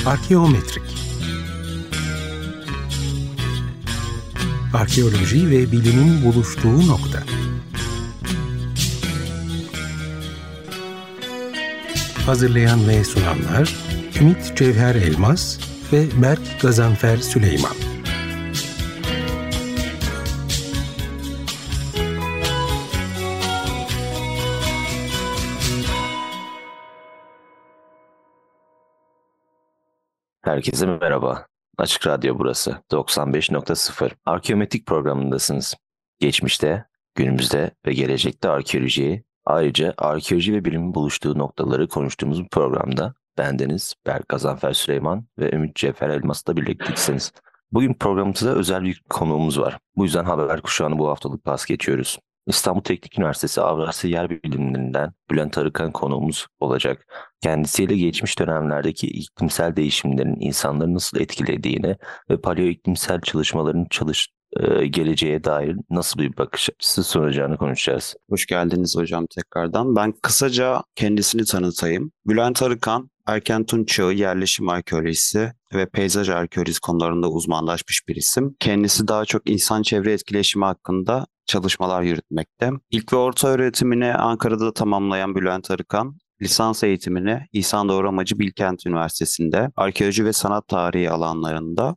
Arkeometrik. Arkeoloji ve bilimin buluştuğu nokta. Hazırlayan ve sunanlar Ümit Cevher Elmas ve Berk Gazanfer Süleyman. Herkese merhaba. Açık Radyo burası. 95.0. Arkeometrik programındasınız. Geçmişte, günümüzde ve gelecekte arkeolojiyi, ayrıca arkeoloji ve bilimin buluştuğu noktaları konuştuğumuz bu programda bendeniz Berk Gazanfer Süleyman ve Ümit Cevher Elmas'la birlikteysiniz. Bugün programımızda özel bir konuğumuz var. Bu yüzden haber kuşağını bu haftalık pas geçiyoruz. İstanbul Teknik Üniversitesi Avrasya Yer Bilimlerinden Bülent Arıkan konuğumuz olacak. Kendisiyle geçmiş dönemlerdeki iklimsel değişimlerin insanları nasıl etkilediğini ve paleoiklimsel çalışmaların geleceğe dair nasıl bir bakış açısı sunacağını konuşacağız. Hoş geldiniz hocam tekrardan. Ben kısaca kendisini tanıtayım. Bülent Arıkan, Erken Tunç Çağı yerleşim arkeolojisi ve peyzaj arkeolojisi konularında uzmanlaşmış bir isim. Kendisi daha çok insan çevre etkileşimi hakkında çalışmalar yürütmekte. İlk ve orta öğretimini Ankara'da tamamlayan Bülent Arıkan, lisans eğitimini İhsan Doğru Amacı Bilkent Üniversitesi'nde arkeoloji ve sanat tarihi alanlarında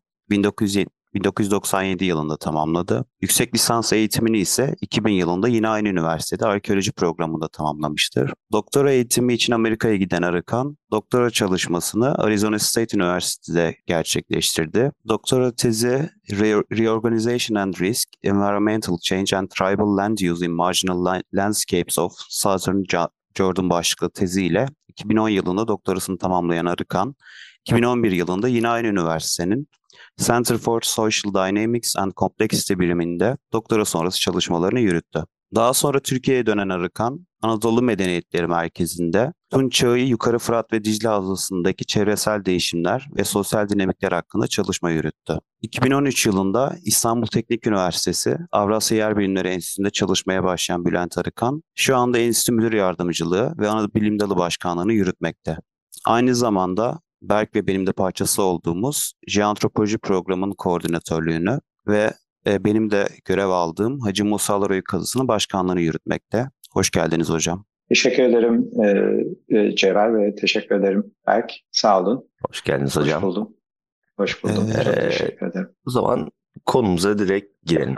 1997 yılında tamamladı. Yüksek lisans eğitimini ise 2000 yılında yine aynı üniversitede arkeoloji programında tamamlamıştır. Doktora eğitimi için Amerika'ya giden Arıkan, doktora çalışmasını Arizona State Üniversitesi'de gerçekleştirdi. Doktora tezi Reorganization and Risk, Environmental Change and Tribal Land Use in Marginal Landscapes of Southern Jordan başlıklı teziyle 2010 yılında doktorasını tamamlayan Arıkan, 2011 yılında yine aynı üniversitenin Center for Social Dynamics and Complexity biriminde doktora sonrası çalışmalarını yürüttü. Daha sonra Türkiye'ye dönen Arıkan, Anadolu Medeniyetleri Merkezi'nde Tunç Çağı, Yukarı Fırat ve Dicle Havzası'ndaki çevresel değişimler ve sosyal dinamikler hakkında çalışma yürüttü. 2013 yılında İstanbul Teknik Üniversitesi Avrasya Yer Bilimleri Enstitüsü'nde çalışmaya başlayan Bülent Arıkan, şu anda Enstitü Müdür Yardımcılığı ve Ana Bilim Dalı Başkanlığı'nı yürütmekte. Aynı zamanda Berk ve benim de parçası olduğumuz Jeantropoloji Programı'nın koordinatörlüğünü ve benim de görev aldığım Hacı Musa Araoy kazısının başkanlığını yürütmekte. Hoş geldiniz hocam. Teşekkür ederim Cevher ve teşekkür ederim Berk. Sağ olun. Hoş geldiniz hocam. Hoş buldum. Hoş buldum. Çok teşekkür ederim. O zaman konumuza direkt girelim.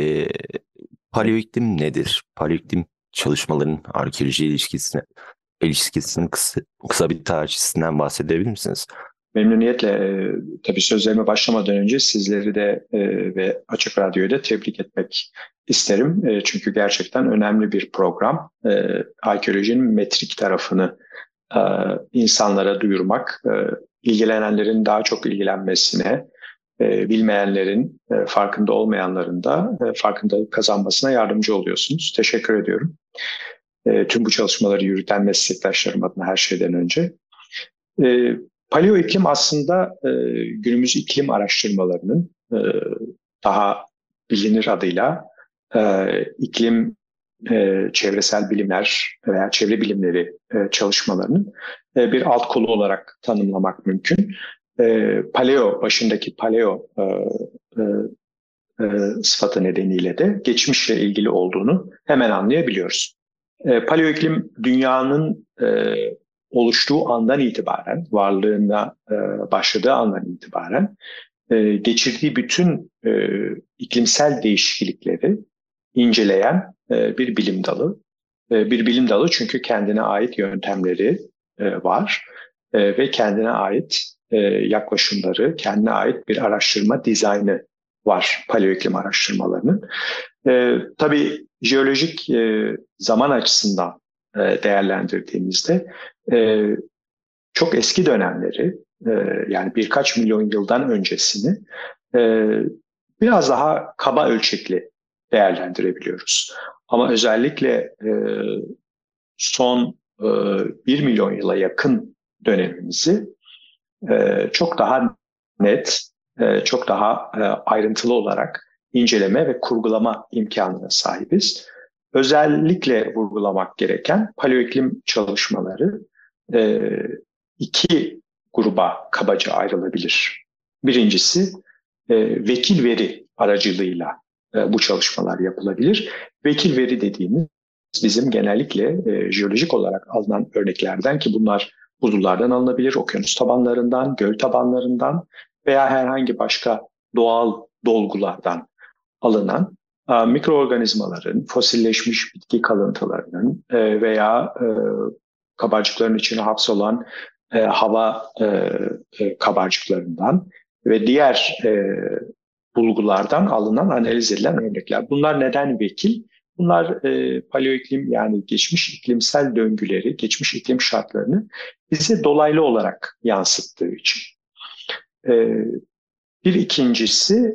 Paleoiklim nedir? Paleoiklim çalışmaların arkeoloji ilişkisinin kısa bir tarihçesinden bahsedebilir misiniz? Memnuniyetle. Tabii sözlerime başlamadan önce sizleri de ve Açık Radyo'yu da tebrik etmek isterim. Çünkü gerçekten önemli bir program. Arkeolojinin metrik tarafını insanlara duyurmak, ilgilenenlerin daha çok ilgilenmesine, bilmeyenlerin, farkında olmayanların da farkındalık kazanmasına yardımcı oluyorsunuz. Teşekkür ediyorum. Tüm bu çalışmaları yürüten meslektaşlarım adına her şeyden önce. Paleoiklim aslında günümüz iklim araştırmalarının daha bilinir adıyla iklim çevresel bilimler veya çevre bilimleri çalışmalarının bir alt kolu olarak tanımlamak mümkün. Paleo, başındaki paleo sıfatı nedeniyle de geçmişle ilgili olduğunu hemen anlayabiliyoruz. Paleoiklim dünyanın oluştuğu andan itibaren, varlığına başladığı andan itibaren geçirdiği bütün iklimsel değişiklikleri inceleyen bir bilim dalı. Bir bilim dalı çünkü kendine ait yöntemleri var ve kendine ait yaklaşımları, kendine ait bir araştırma dizaynı var paleoiklim araştırmalarının. Tabii jeolojik zaman açısından değerlendirdiğimizde çok eski dönemleri, yani birkaç milyon yıldan öncesini biraz daha kaba ölçekli değerlendirebiliyoruz. Ama özellikle son 1 milyon yıla yakın dönemimizi çok daha net, çok daha ayrıntılı olarak inceleme ve kurgulama imkanına sahibiz. Özellikle vurgulamak gereken paleoiklim çalışmaları iki gruba kabaca ayrılabilir. Birincisi vekil veri aracılığıyla bu çalışmalar yapılabilir. Vekil veri dediğimiz bizim genellikle jeolojik olarak alınan örneklerden, ki bunlar buzullardan alınabilir, okyanus tabanlarından, göl tabanlarından veya herhangi başka doğal dolgulardan alınan mikroorganizmaların, fosilleşmiş bitki kalıntılarının veya kabarcıkların içine hapsolan hava kabarcıklarından ve diğer bulgulardan alınan, analiz edilen örnekler. Bunlar neden vekil? Bunlar paleoiklim, yani geçmiş iklimsel döngüleri, geçmiş iklim şartlarını bize dolaylı olarak yansıttığı için. Bir ikincisi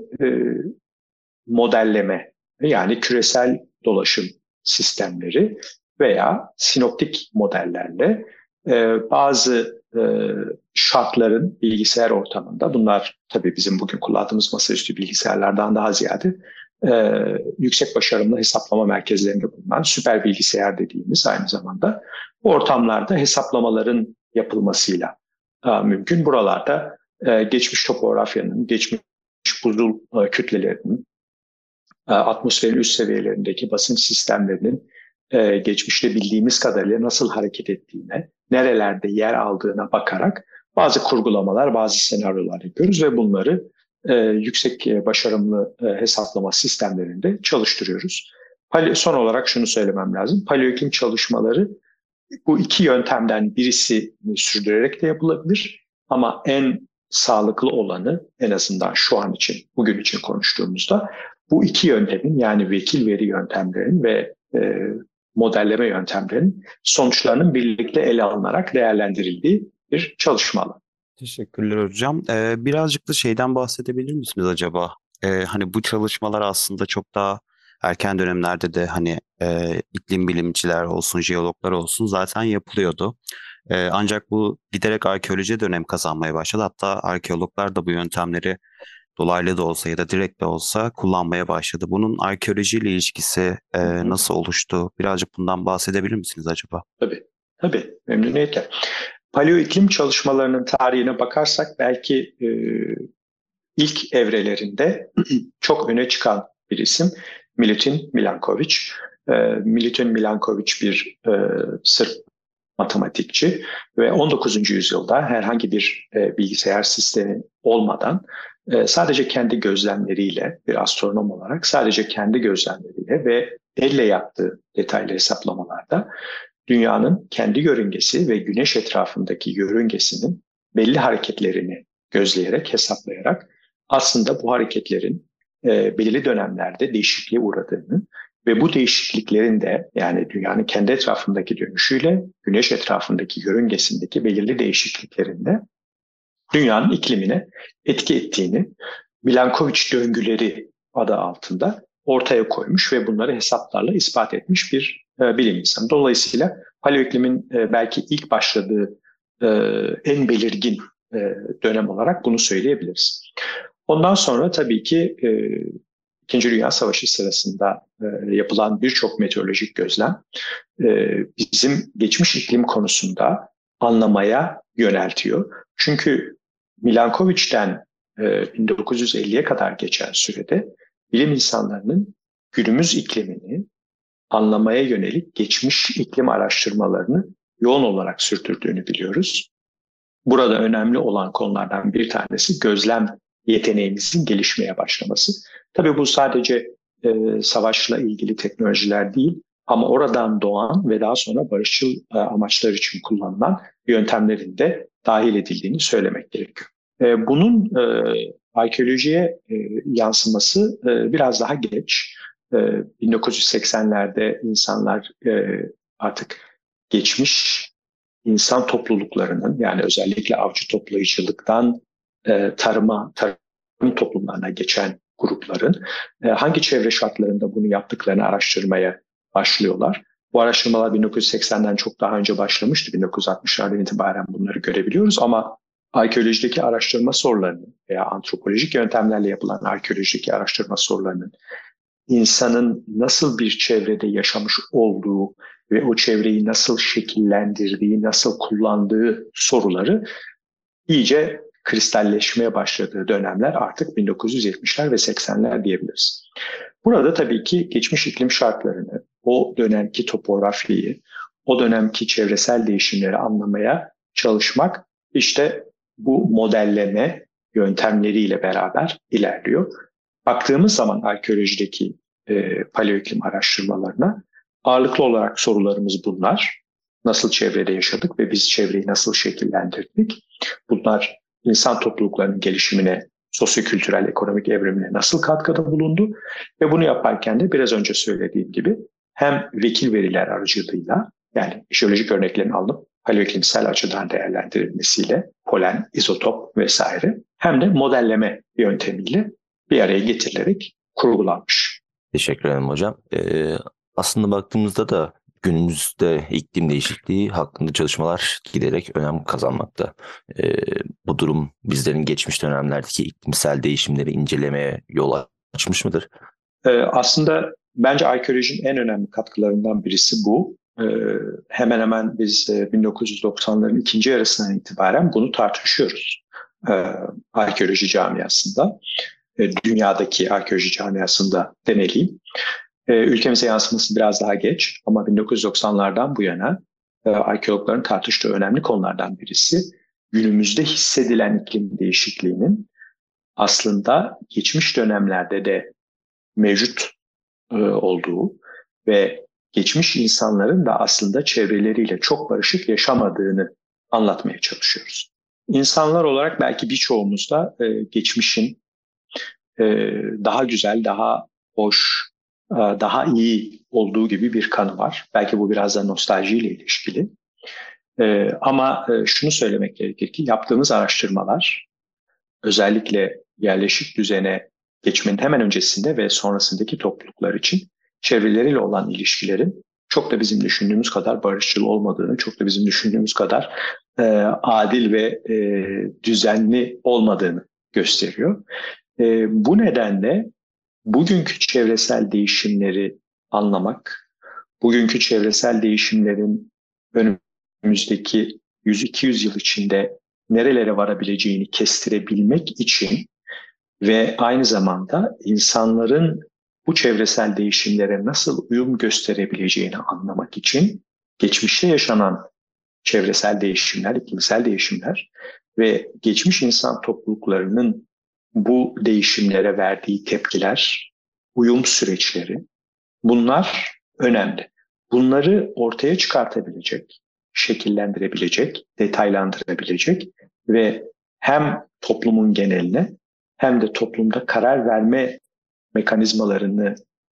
modelleme, yani küresel dolaşım sistemleri veya sinoptik modellerle bazı şartların bilgisayar ortamında, bunlar tabii bizim bugün kullandığımız masaüstü bilgisayarlardan daha ziyade yüksek başarımlı hesaplama merkezlerinde bulunan süper bilgisayar dediğimiz, aynı zamanda bu ortamlarda hesaplamaların yapılmasıyla mümkün. Buralarda geçmiş topografyanın, geçmiş buzul kütlelerinin, atmosferin üst seviyelerindeki basınç sistemlerinin geçmişte bildiğimiz kadarıyla nasıl hareket ettiğine, nerelerde yer aldığına bakarak bazı kurgulamalar, bazı senaryolar yapıyoruz ve bunları yüksek başarımlı hesaplama sistemlerinde çalıştırıyoruz. Son olarak şunu söylemem lazım. Paleoiklim çalışmaları bu iki yöntemden birisini sürdürerek de yapılabilir, ama en sağlıklı olanı, en azından şu an için, bugün için konuştuğumuzda, bu iki yöntemin, yani vekil veri yöntemlerinin ve modelleme yöntemlerinin sonuçlarının birlikte ele alınarak değerlendirildiği bir çalışma alanı. Teşekkürler hocam. Birazcık da şeyden bahsedebilir misiniz acaba? Hani bu çalışmalar aslında çok daha erken dönemlerde de hani iklim bilimciler olsun, jeologlar olsun zaten yapılıyordu. Ancak bu giderek arkeolojiye dönem kazanmaya başladı. Hatta arkeologlar da bu yöntemleri dolaylı da olsa ya da direkt de olsa kullanmaya başladı. Bunun arkeolojiyle ilişkisi nasıl oluştu? Birazcık bundan bahsedebilir misiniz acaba? Tabii, memnuniyetle. Paleoiklim çalışmalarının tarihine bakarsak belki ilk evrelerinde çok öne çıkan bir isim Milutin Milankovic. Milutin Milankovic bir Sırp matematikçi ve 19. yüzyılda herhangi bir bilgisayar sistemi olmadan sadece kendi gözlemleriyle, bir astronom olarak sadece kendi gözlemleriyle ve elle yaptığı detaylı hesaplamalarda dünyanın kendi yörüngesi ve güneş etrafındaki yörüngesinin belli hareketlerini gözleyerek, hesaplayarak aslında bu hareketlerin belirli dönemlerde değişikliğe uğradığını ve bu değişikliklerin de, yani dünyanın kendi etrafındaki dönüşüyle güneş etrafındaki yörüngesindeki belirli değişikliklerin de dünyanın iklimine etki ettiğini Milankovic döngüleri adı altında ortaya koymuş ve bunları hesaplarla ispat etmiş bir bilim insanı. Dolayısıyla paleoiklimin belki ilk başladığı en belirgin dönem olarak bunu söyleyebiliriz. Ondan sonra tabii ki İkinci Dünya Savaşı sırasında yapılan birçok meteorolojik gözlem bizim geçmiş iklim konusunda anlamaya yöneltiyor. Çünkü Milankovic'den 1950'ye kadar geçen sürede bilim insanlarının günümüz iklimini anlamaya yönelik geçmiş iklim araştırmalarını yoğun olarak sürdürdüğünü biliyoruz. Burada önemli olan konulardan bir tanesi gözlem yeteneğimizin gelişmeye başlaması. Tabii bu sadece savaşla ilgili teknolojiler değil, ama oradan doğan ve daha sonra barışçıl amaçlar için kullanılan yöntemlerin de dahil edildiğini söylemek gerekiyor. Bunun arkeolojiye yansıması biraz daha geç. 1980'lerde insanlar artık geçmiş insan topluluklarının, yani özellikle avcı toplayıcılıktan tarım toplumlarına geçen grupların hangi çevre şartlarında bunu yaptıklarını araştırmaya başlıyorlar. Bu araştırmalar 1980'den çok daha önce başlamıştı. 1960'lardan itibaren bunları görebiliyoruz, ama arkeolojideki araştırma sorularının veya antropolojik yöntemlerle yapılan arkeolojideki araştırma sorularının insanın nasıl bir çevrede yaşamış olduğu ve o çevreyi nasıl şekillendirdiği, nasıl kullandığı soruları iyice kristalleşmeye başladığı dönemler artık 1970'ler ve 80'ler diyebiliriz. Burada tabii ki geçmiş iklim şartlarını, o dönemki topografyayı, o dönemki çevresel değişimleri anlamaya çalışmak işte bu modelleme yöntemleriyle beraber ilerliyor. Baktığımız zaman arkeolojideki paleoiklim araştırmalarına ağırlıklı olarak sorularımız bunlar. Nasıl çevrede yaşadık ve biz çevreyi nasıl şekillendirdik? Bunlar insan topluluklarının gelişimine, sosyokültürel, ekonomik evrimine nasıl katkıda bulundu? Ve bunu yaparken de biraz önce söylediğim gibi hem vekil veriler aracılığıyla, yani jeolojik örneklerin alınıp paleoiklimsel açıdan değerlendirilmesiyle, polen, izotop vesaire, hem de modelleme yöntemiyle bir araya getirilerek kurgulanmış. Teşekkür ederim hocam. Aslında baktığımızda da günümüzde iklim değişikliği hakkında çalışmalar giderek önem kazanmakta. Bu durum bizlerin geçmiş dönemlerdeki iklimsel değişimleri incelemeye yol açmış mıdır? Aslında bence arkeolojinin en önemli katkılarından birisi bu. Hemen hemen biz 1990'ların ikinci yarısından itibaren bunu tartışıyoruz arkeoloji camiasında. Dünyadaki arkeoloji camiasında demeliyim. Ülkemize yansıması biraz daha geç ama 1990'lardan bu yana arkeologların tartıştığı önemli konulardan birisi günümüzde hissedilen iklim değişikliğinin aslında geçmiş dönemlerde de mevcut olduğu ve geçmiş insanların da aslında çevreleriyle çok barışık yaşamadığını anlatmaya çalışıyoruz. İnsanlar olarak belki birçoğumuz da geçmişin daha güzel, daha hoş, daha iyi olduğu gibi bir kanı var. Belki bu biraz da nostaljiyle ilişkili. Ama şunu söylemek gerekir ki yaptığımız araştırmalar özellikle yerleşik düzene geçmenin hemen öncesinde ve sonrasındaki topluluklar için çevreleriyle olan ilişkilerin çok da bizim düşündüğümüz kadar barışçıl olmadığını, çok da bizim düşündüğümüz kadar adil ve düzenli olmadığını gösteriyor. Bu nedenle bugünkü çevresel değişimleri anlamak, bugünkü çevresel değişimlerin önümüzdeki 100-200 yıl içinde nerelere varabileceğini kestirebilmek için ve aynı zamanda insanların bu çevresel değişimlere nasıl uyum gösterebileceğini anlamak için geçmişte yaşanan çevresel değişimler, iklimsel değişimler ve geçmiş insan topluluklarının bu değişimlere verdiği tepkiler, uyum süreçleri, bunlar önemli. Bunları ortaya çıkartabilecek, şekillendirebilecek, detaylandırabilecek ve hem toplumun geneline hem de toplumda karar verme mekanizmalarını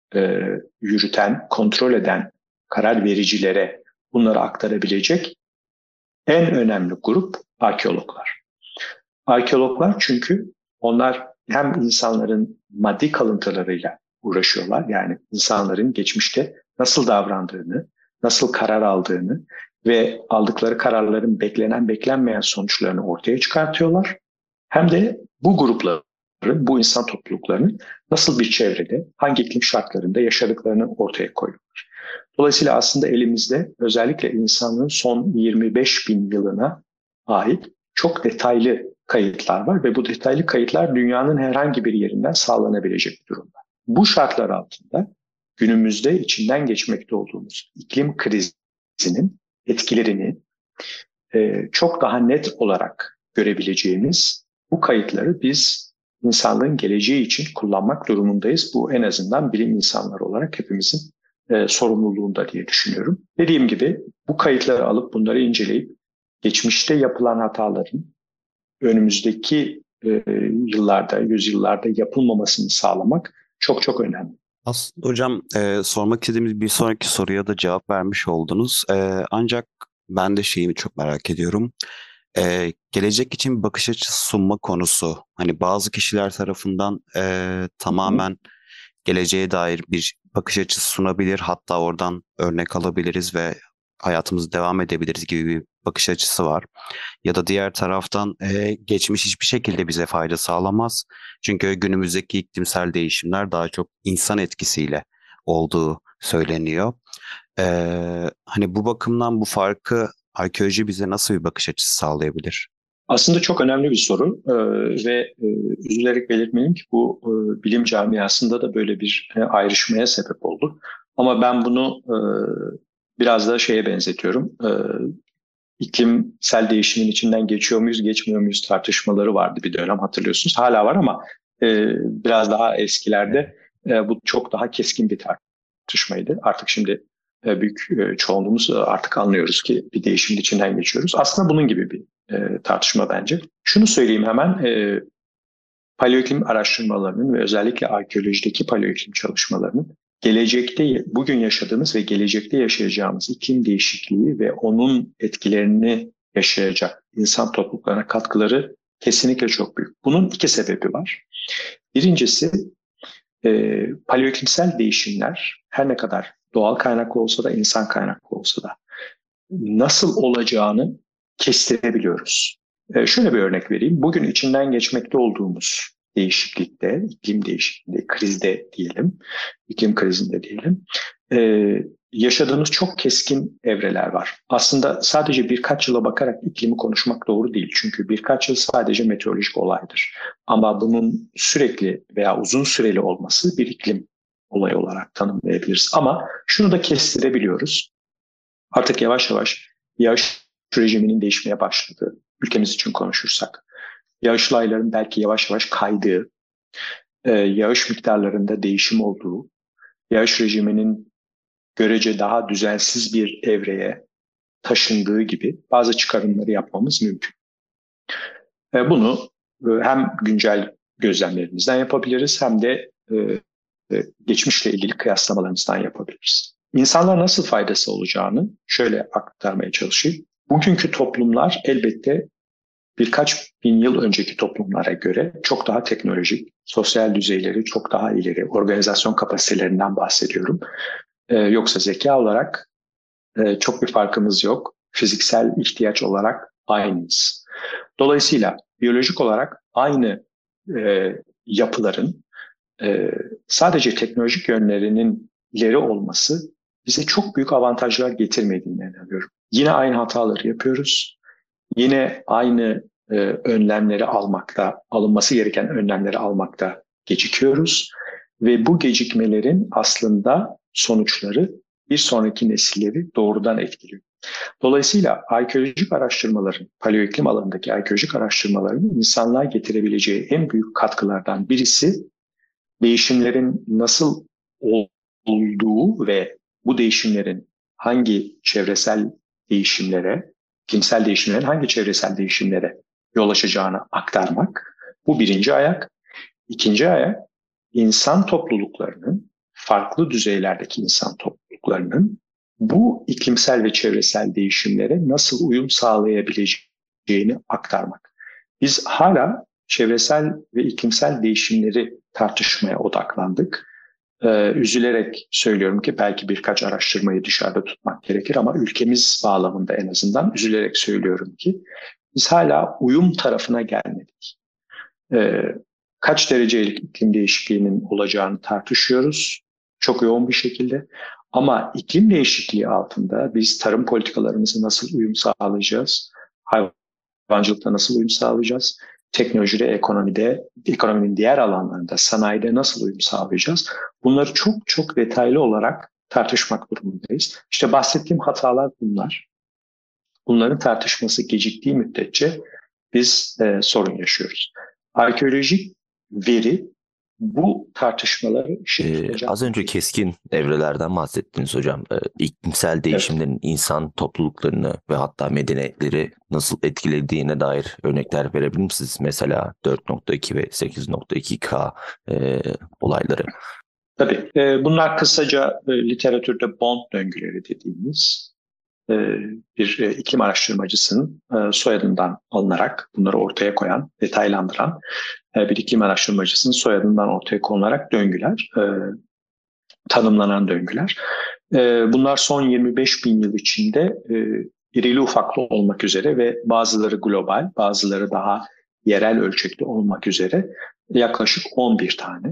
yürüten, kontrol eden karar vericilere bunları aktarabilecek en önemli grup arkeologlar. Arkeologlar çünkü onlar hem insanların maddi kalıntılarıyla uğraşıyorlar, yani insanların geçmişte nasıl davrandığını, nasıl karar aldığını ve aldıkları kararların beklenen beklenmeyen sonuçlarını ortaya çıkartıyorlar. Hem de bu grupların, bu insan topluluklarının nasıl bir çevrede, hangi iklim şartlarında yaşadıklarını ortaya koyuyorlar. Dolayısıyla aslında elimizde özellikle insanlığın son 25 bin yılına ait çok detaylı kayıtlar var ve bu detaylı kayıtlar dünyanın herhangi bir yerinden sağlanabilecek bir durumda. Bu şartlar altında günümüzde içinden geçmekte olduğumuz iklim krizinin etkilerini çok daha net olarak görebileceğimiz bu kayıtları biz insanlığın geleceği için kullanmak durumundayız. Bu en azından bilim insanları olarak hepimizin sorumluluğunda diye düşünüyorum. Dediğim gibi bu kayıtları alıp bunları inceleyip geçmişte yapılan hataların önümüzdeki yıllarda, yüzyıllarda yapılmamasını sağlamak çok çok önemli. Aslında hocam sormak istediğimiz bir sonraki soruya da cevap vermiş oldunuz. Ancak ben de şeyi çok merak ediyorum. Gelecek için bir bakış açısı sunma konusu. Hani bazı kişiler tarafından tamamen geleceğe dair bir bakış açısı sunabilir. Hatta oradan örnek alabiliriz ve hayatımızı devam edebiliriz gibi bir bakış açısı var. Ya da diğer taraftan geçmiş hiçbir şekilde bize fayda sağlamaz. Çünkü günümüzdeki iklimsel değişimler daha çok insan etkisiyle olduğu söyleniyor. Hani bu bakımdan bu farkı arkeoloji bize nasıl bir bakış açısı sağlayabilir? Aslında çok önemli bir soru ve üzülerek belirtmeliyim ki bu bilim camiasında da böyle bir ayrışmaya sebep oldu. Ama ben bunu biraz da şeye benzetiyorum. İklimsel değişimin içinden geçiyor muyuz, geçmiyor muyuz tartışmaları vardı bir dönem, hatırlıyorsunuz. Hala var ama biraz daha eskilerde bu çok daha keskin bir tartışmaydı. Artık şimdi büyük çoğunluğumuz artık anlıyoruz ki bir değişimin içinden geçiyoruz. Aslında bunun gibi bir tartışma bence. Şunu söyleyeyim hemen, paleoiklim araştırmalarının ve özellikle arkeolojideki paleoiklim çalışmalarının gelecekte, bugün yaşadığımız ve gelecekte yaşayacağımız iklim değişikliği ve onun etkilerini yaşayacak insan topluluklarına katkıları kesinlikle çok büyük. Bunun iki sebebi var. Birincisi, paleoiklimsel değişimler her ne kadar doğal kaynaklı olsa da, insan kaynaklı olsa da nasıl olacağını kestirebiliyoruz. Şöyle bir örnek vereyim. Bugün içinden geçmekte olduğumuz değişiklikte, iklim değişikliğinde, krizde diyelim, iklim krizinde diyelim, yaşadığımız çok keskin evreler var. Aslında sadece birkaç yıla bakarak iklimi konuşmak doğru değil. Çünkü birkaç yıl sadece meteorolojik olaydır. Ama bunun sürekli veya uzun süreli olması bir iklim olayı olarak tanımlayabiliriz. Ama şunu da kestirebiliyoruz. Artık yavaş yavaş yağış rejiminin değişmeye başladığı, ülkemiz için konuşursak, yağışlı ayların belki yavaş yavaş kaydığı, yağış miktarlarında değişim olduğu, yağış rejiminin görece daha düzensiz bir evreye taşındığı gibi bazı çıkarımları yapmamız mümkün. Bunu hem güncel gözlemlerimizden yapabiliriz hem de geçmişle ilgili kıyaslamalarımızdan yapabiliriz. İnsanlara nasıl faydası olacağını şöyle aktarmaya çalışayım. Bugünkü toplumlar elbette birkaç bin yıl önceki toplumlara göre çok daha teknolojik, sosyal düzeyleri çok daha ileri, organizasyon kapasitelerinden bahsediyorum. Yoksa zeka olarak çok bir farkımız yok. Fiziksel ihtiyaç olarak aynıyız. Dolayısıyla biyolojik olarak aynı yapıların sadece teknolojik yönlerinin ileri olması bize çok büyük avantajlar getirmediğini inanıyorum. Yine aynı hataları yapıyoruz. Yine aynı önlemleri almakta, alınması gereken önlemleri almakta gecikiyoruz. Ve bu gecikmelerin aslında sonuçları bir sonraki nesilleri doğrudan etkiliyor. Dolayısıyla arkeolojik araştırmaların, paleoiklim alanındaki arkeolojik araştırmaların insanlığa getirebileceği en büyük katkılardan birisi değişimlerin nasıl olduğu ve bu değişimlerin hangi çevresel değişimlere, iklimsel değişimlerin hangi çevresel değişimlere yol açacağını aktarmak. Bu birinci ayak. İkinci ayak, insan topluluklarının, farklı düzeylerdeki insan topluluklarının bu iklimsel ve çevresel değişimlere nasıl uyum sağlayabileceğini aktarmak. Biz hala çevresel ve iklimsel değişimleri tartışmaya odaklandık. Üzülerek söylüyorum ki belki birkaç araştırmayı dışarıda tutmak gerekir ama ülkemiz bağlamında en azından üzülerek söylüyorum ki biz hala uyum tarafına gelmedik. Kaç derecelik iklim değişikliğinin olacağını tartışıyoruz çok yoğun bir şekilde. Ama iklim değişikliği altında biz tarım politikalarımızı nasıl uyum sağlayacağız? Hayvancılıkta nasıl uyum sağlayacağız? Teknolojide, ekonominin diğer alanlarında, sanayide nasıl uyum sağlayacağız? Bunları çok çok detaylı olarak tartışmak durumundayız. İşte bahsettiğim hatalar bunlar. Bunların tartışması geciktiği müddetçe biz sorun yaşıyoruz. Arkeolojik veri bu tartışmaları Az önce keskin evrelerden bahsettiniz hocam. İklimsel değişimlerin insan topluluklarını ve hatta medeniyetleri nasıl etkilediğine dair örnekler verebilir misiniz? Mesela 4.2 ve 8.2K olayları. Tabii. Bunlar kısaca literatürde Bond döngüleri dediğimiz bir iklim araştırmacısının soyadından alınarak bunları ortaya koyan, detaylandıran bir iklim araştırmacısının soyadından ortaya konularak döngüler, tanımlanan döngüler. Bunlar son 25 bin yıl içinde irili ufaklı olmak üzere ve bazıları global, bazıları daha yerel ölçekli olmak üzere yaklaşık 11 tane.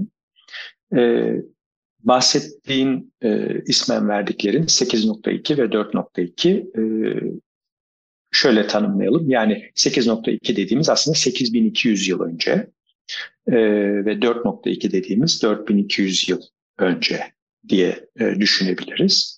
Bahsettiğin ismen verdiklerin 8.2 ve 4.2 şöyle tanımlayalım. Yani 8.2 dediğimiz aslında 8200 yıl önce ve 4.2 dediğimiz 4200 yıl önce diye düşünebiliriz.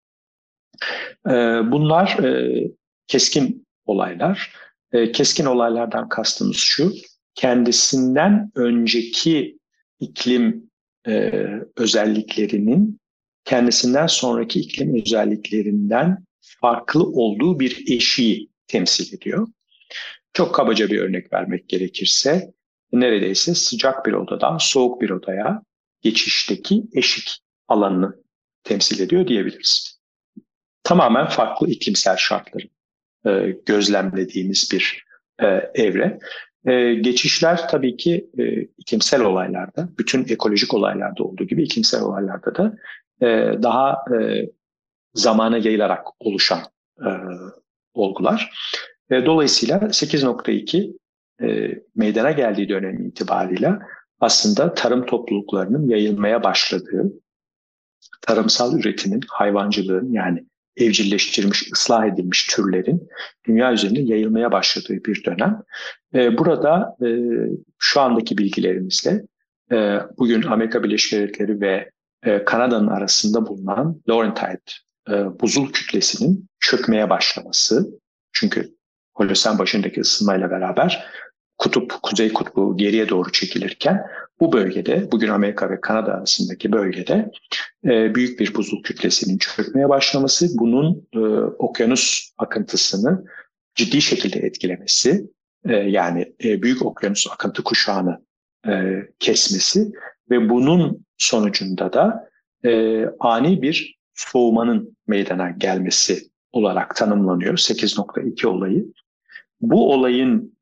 Bunlar keskin olaylar. Keskin olaylardan kastımız şu: kendisinden önceki iklim özelliklerinin kendisinden sonraki iklim özelliklerinden farklı olduğu bir eşiği temsil ediyor. Çok kabaca bir örnek vermek gerekirse, neredeyse sıcak bir odadan soğuk bir odaya geçişteki eşik alanını temsil ediyor diyebiliriz. Tamamen farklı iklimsel şartları gözlemlediğimiz bir evre. Geçişler tabii ki iklimsel olaylarda, bütün ekolojik olaylarda olduğu gibi iklimsel olaylarda da daha zamana yayılarak oluşan olgular. Dolayısıyla 8.2 meydana geldiği dönem itibariyle aslında tarım topluluklarının yayılmaya başladığı, tarımsal üretimin, hayvancılığın, yani evcilleştirilmiş, ıslah edilmiş türlerin dünya üzerinde yayılmaya başladığı bir dönem. Burada şu andaki bilgilerimizle bugün Amerika Birleşik Devletleri ve Kanada'nın arasında bulunan Laurentide buzul kütlesinin çökmeye başlaması, çünkü Holosen başındaki ısınmayla beraber Kuzey Kutbu geriye doğru çekilirken bu bölgede, bugün Amerika ve Kanada arasındaki bölgede büyük bir buzul kütlesinin çökmeye başlaması, bunun okyanus akıntısını ciddi şekilde etkilemesi, yani büyük okyanus akıntı kuşağını kesmesi ve bunun sonucunda da ani bir soğumanın meydana gelmesi olarak tanımlanıyor 8.2 olayı. Bu olayın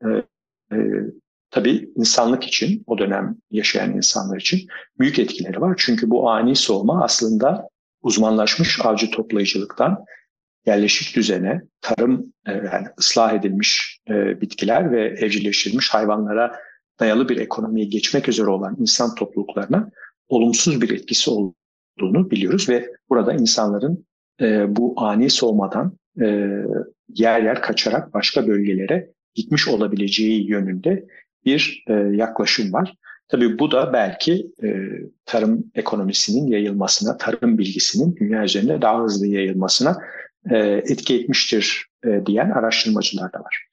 tabii insanlık için, o dönem yaşayan insanlar için büyük etkileri var. Çünkü bu ani soğuma aslında uzmanlaşmış avcı toplayıcılıktan yerleşik düzene, tarım, yani ıslah edilmiş bitkiler ve evcilleştirilmiş hayvanlara dayalı bir ekonomiye geçmek üzere olan insan topluluklarına olumsuz bir etkisi olduğunu biliyoruz ve burada insanların bu ani soğumadan yer yer kaçarak başka bölgelere gitmiş olabileceği yönünde bir yaklaşım var. Tabii bu da belki tarım ekonomisinin yayılmasına, tarım bilgisinin dünya üzerinde daha hızlı yayılmasına etki etmiştir diyen araştırmacılar da var.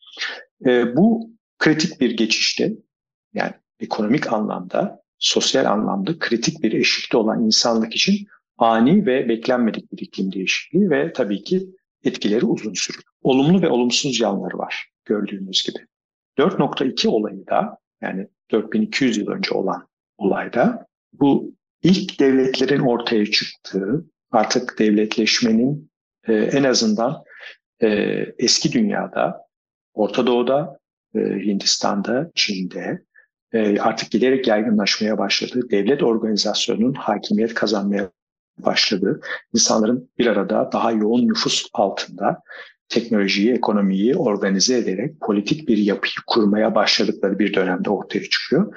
Bu kritik bir geçişte, yani ekonomik anlamda, sosyal anlamda kritik bir eşikte olan insanlık için ani ve beklenmedik bir iklim değişikliği ve tabii ki etkileri uzun sürüyor. Olumlu ve olumsuz yanları var gördüğünüz gibi. 4.2 olayı da, yani 4200 yıl önce olan olayda, bu ilk devletlerin ortaya çıktığı, artık devletleşmenin en azından eski dünyada, Orta Doğu'da, Hindistan'da, Çin'de artık giderek yaygınlaşmaya başladığı, devlet organizasyonunun hakimiyet kazanmaya başladığı, insanların bir arada daha yoğun nüfus altında teknolojiyi, ekonomiyi organize ederek politik bir yapıyı kurmaya başladıkları bir dönemde ortaya çıkıyor.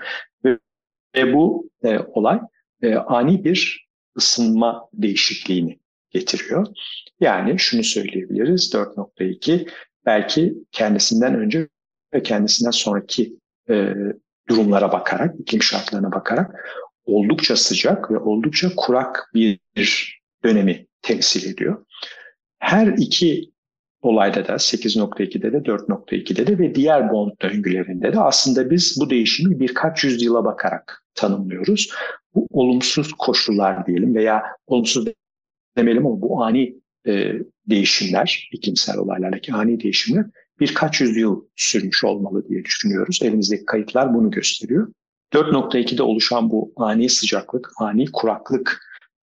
Ve bu olay ani bir ısınma değişikliğini getiriyor. Yani şunu söyleyebiliriz, 4.2 belki kendisinden önce ve kendisinden sonraki durumlara bakarak, iklim şartlarına bakarak oldukça sıcak ve oldukça kurak bir dönemi temsil ediyor. Her iki olayda da, 8.2'de de 4.2'de de ve diğer bond döngülerinde de aslında biz bu değişimi birkaç yüzyıla bakarak tanımlıyoruz. Bu olumsuz koşullar diyelim veya olumsuz demeyelim ama bu ani değişimler, iklimsel olaylardaki ani değişimler birkaç yüzyıl sürmüş olmalı diye düşünüyoruz. Elimizdeki kayıtlar bunu gösteriyor. 4.2'de oluşan bu ani sıcaklık, ani kuraklık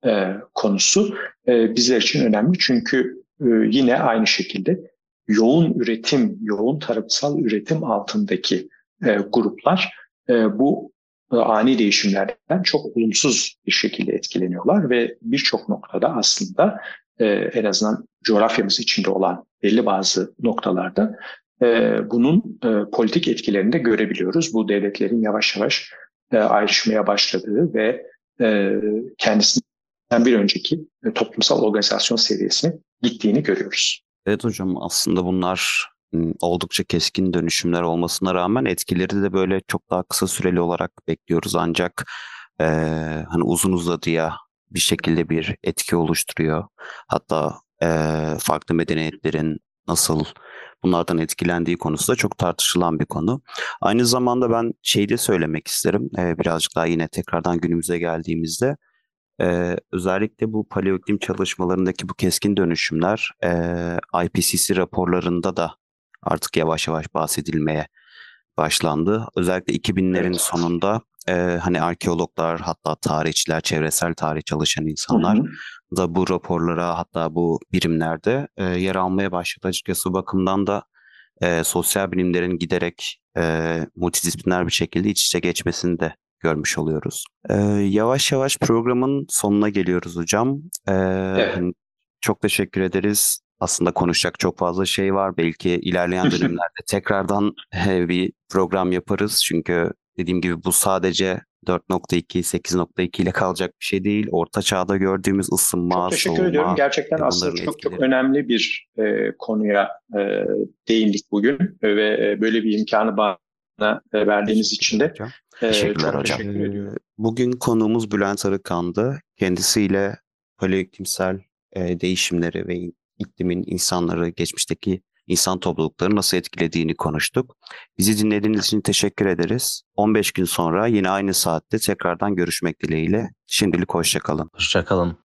konusu bizler için önemli. Çünkü yine aynı şekilde yoğun üretim, yoğun tarımsal üretim altındaki gruplar bu ani değişimlerden çok olumsuz bir şekilde etkileniyorlar ve birçok noktada aslında en azından coğrafyamız içinde olan belli bazı noktalarda bunun politik etkilerini de görebiliyoruz. Bu devletlerin yavaş yavaş ayrışmaya başladığı ve kendisinden bir önceki toplumsal organizasyon seviyesine gittiğini görüyoruz. Evet hocam, aslında bunlar oldukça keskin dönüşümler olmasına rağmen etkileri de böyle çok daha kısa süreli olarak bekliyoruz. Ancak hani uzun uzadıya bir şekilde bir etki oluşturuyor. Hatta farklı medeniyetlerin nasıl bunlardan etkilendiği konusu da çok tartışılan bir konu. Aynı zamanda ben şeyi de söylemek isterim. Birazcık daha yine tekrardan günümüze geldiğimizde özellikle bu paleoiklim çalışmalarındaki bu keskin dönüşümler IPCC raporlarında da artık yavaş yavaş bahsedilmeye başlandı. Özellikle 2000'lerin Evet. sonunda hani arkeologlar, hatta tarihçiler, çevresel tarih çalışan Hı insanlar hı. da bu raporlara, hatta bu birimlerde yer almaya başladı. Açıkçası bu bakımdan da sosyal bilimlerin giderek multidisipliner bir şekilde iç içe geçmesini de görmüş oluyoruz. Yavaş yavaş programın sonuna geliyoruz hocam. Evet. Hani çok teşekkür ederiz. Aslında konuşacak çok fazla şey var. Belki ilerleyen dönemlerde tekrardan bir program yaparız. Çünkü dediğim gibi bu sadece 4.2, 8.2 ile kalacak bir şey değil. Orta çağda gördüğümüz Çok ısınma, teşekkür ediyorum. soğuma Gerçekten ve aslında bunların çok etkileri. önemli bir konuya değindik bugün ve böyle bir imkanı bana verdiğiniz için de hocam. Teşekkürler çok hocam. teşekkür ediyorum. Bugün konuğumuz Bülent Arıkan'dı. Kendisiyle paleoiklimsel değişimleri ve iklimin insanları, geçmişteki insan toplulukları nasıl etkilediğini konuştuk. Bizi dinlediğiniz için teşekkür ederiz. 15 gün sonra yine aynı saatte tekrardan görüşmek dileğiyle. Şimdilik hoşça kalın. Hoşça kalın.